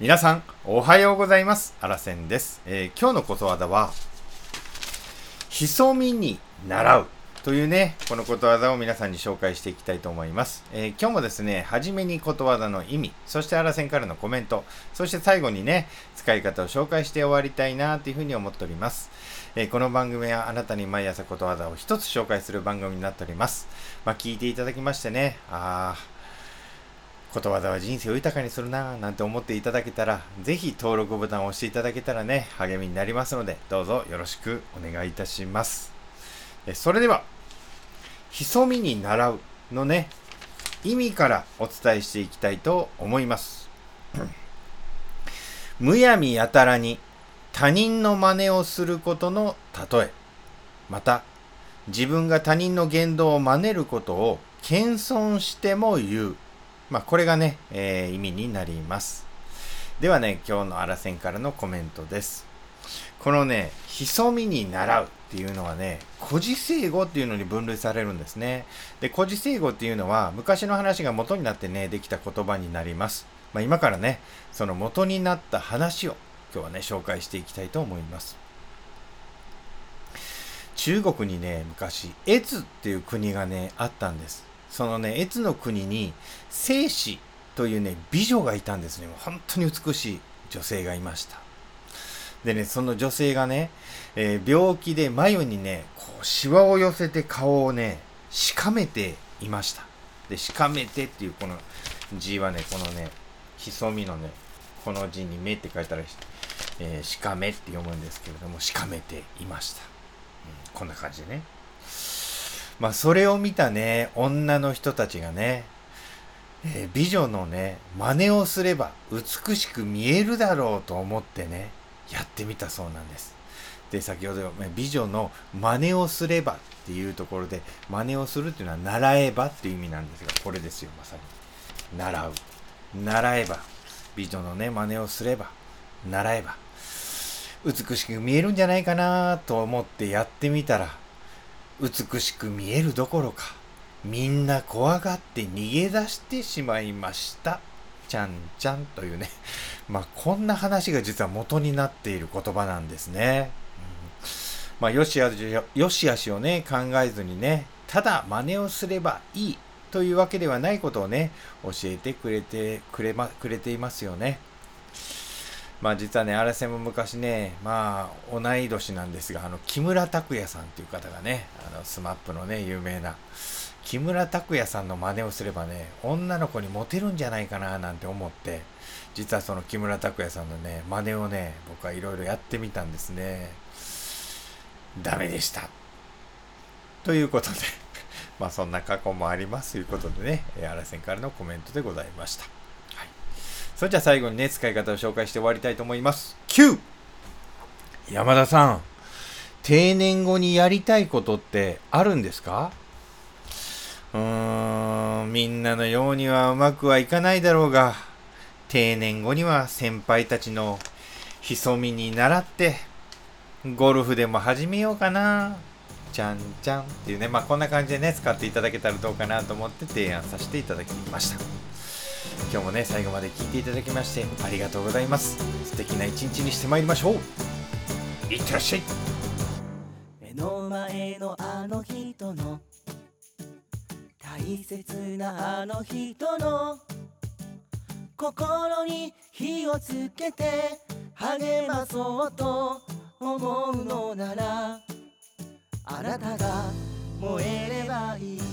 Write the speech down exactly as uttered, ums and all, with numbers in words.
皆さんおはようございます。あらせんです、えー、今日のことわざは潜みに習うというね、このことわざを皆さんに紹介していきたいと思います。えー、今日もですね、はじめにことわざの意味、そしてあらせんからのコメント、そして最後にね、使い方を紹介して終わりたいなというふうに思っております。えー、この番組はあなたに毎朝ことわざを一つ紹介する番組になっております。まあ、聞いていただきましてね、あーことわざは人生を豊かにするなぁなんて思っていただけたら、ぜひ登録ボタンを押していただけたらね、励みになりますので、どうぞよろしくお願いいたします。それでは、潜みに習うのね、意味からお伝えしていきたいと思います。むやみやたらに他人の真似をすることの例え、また、自分が他人の言動を真似ることを謙遜しても言う。まあ、これがね、えー、意味になります。ではね、今日のあらせんからのコメントです。このね、潜みに習うっていうのはね、古事成語っていうのに分類されるんですね。で、古事成語っていうのは昔の話が元になってね、できた言葉になります。まあ、今からね、その元になった話を今日はね、紹介していきたいと思います。中国にね、昔、越っていう国がね、あったんです。そのね、越の国に、正子というね、美女がいたんですね。本当に美しい女性がいました。でね、その女性がね、えー、病気で眉にね、こう、シワを寄せて顔をね、しかめていました。で、しかめてっていうこの字はね、このね、潜みのね、この字に目って書いたら、えー、しかめって読むんですけれども、しかめていました。うん、こんな感じでね。まあ、それを見たね、女の人たちがね、えー、美女のね、真似をすれば美しく見えるだろうと思ってね、やってみたそうなんです。で、先ほど、美女の真似をすればっていうところで、真似をするっていうのは習えばっていう意味なんですが、これですよ、まさに。習う。習えば。美女のね、真似をすれば、習えば。美しく見えるんじゃないかなと思ってやってみたら、美しく見えるどころか、みんな怖がって逃げ出してしまいました。ちゃんちゃんというね。まあ、こんな話が実は元になっている言葉なんですね。うん、まあ、よしあし、よしあしをね、考えずにね、ただ真似をすればいいというわけではないことをね、教えてくれて、くれま、くれていますよね。まあ実はね、あらせも昔ね、まあ同い年なんですが、あの木村拓哉さんっていう方がね、あのスマップのね、有名な木村拓哉さんの真似をすればね、女の子にモテるんじゃないかななんて思って、実はその木村拓哉さんのね、真似をね、僕はいろいろやってみたんですね。ダメでした。ということで、まあそんな過去もありますということでね、あらせんからのコメントでございました。それじゃあ最後にね、使い方を紹介して終わりたいと思います。きゅう! 山田さん、定年後にやりたいことってあるんですか？うーん、みんなのようにはうまくはいかないだろうが、定年後には先輩たちの潜みに習って、ゴルフでも始めようかな。ちゃんちゃんっていうね、まあこんな感じでね、使っていただけたらどうかなと思って提案させていただきました。今日もね、最後まで聞いていただきましてありがとうございます。素敵な一日にしてまいりましょう。いってらっしゃい。 目の前のあの人の大切なあの人の心に火をつけて励まそうと思うのなら、あなたが燃えればいい。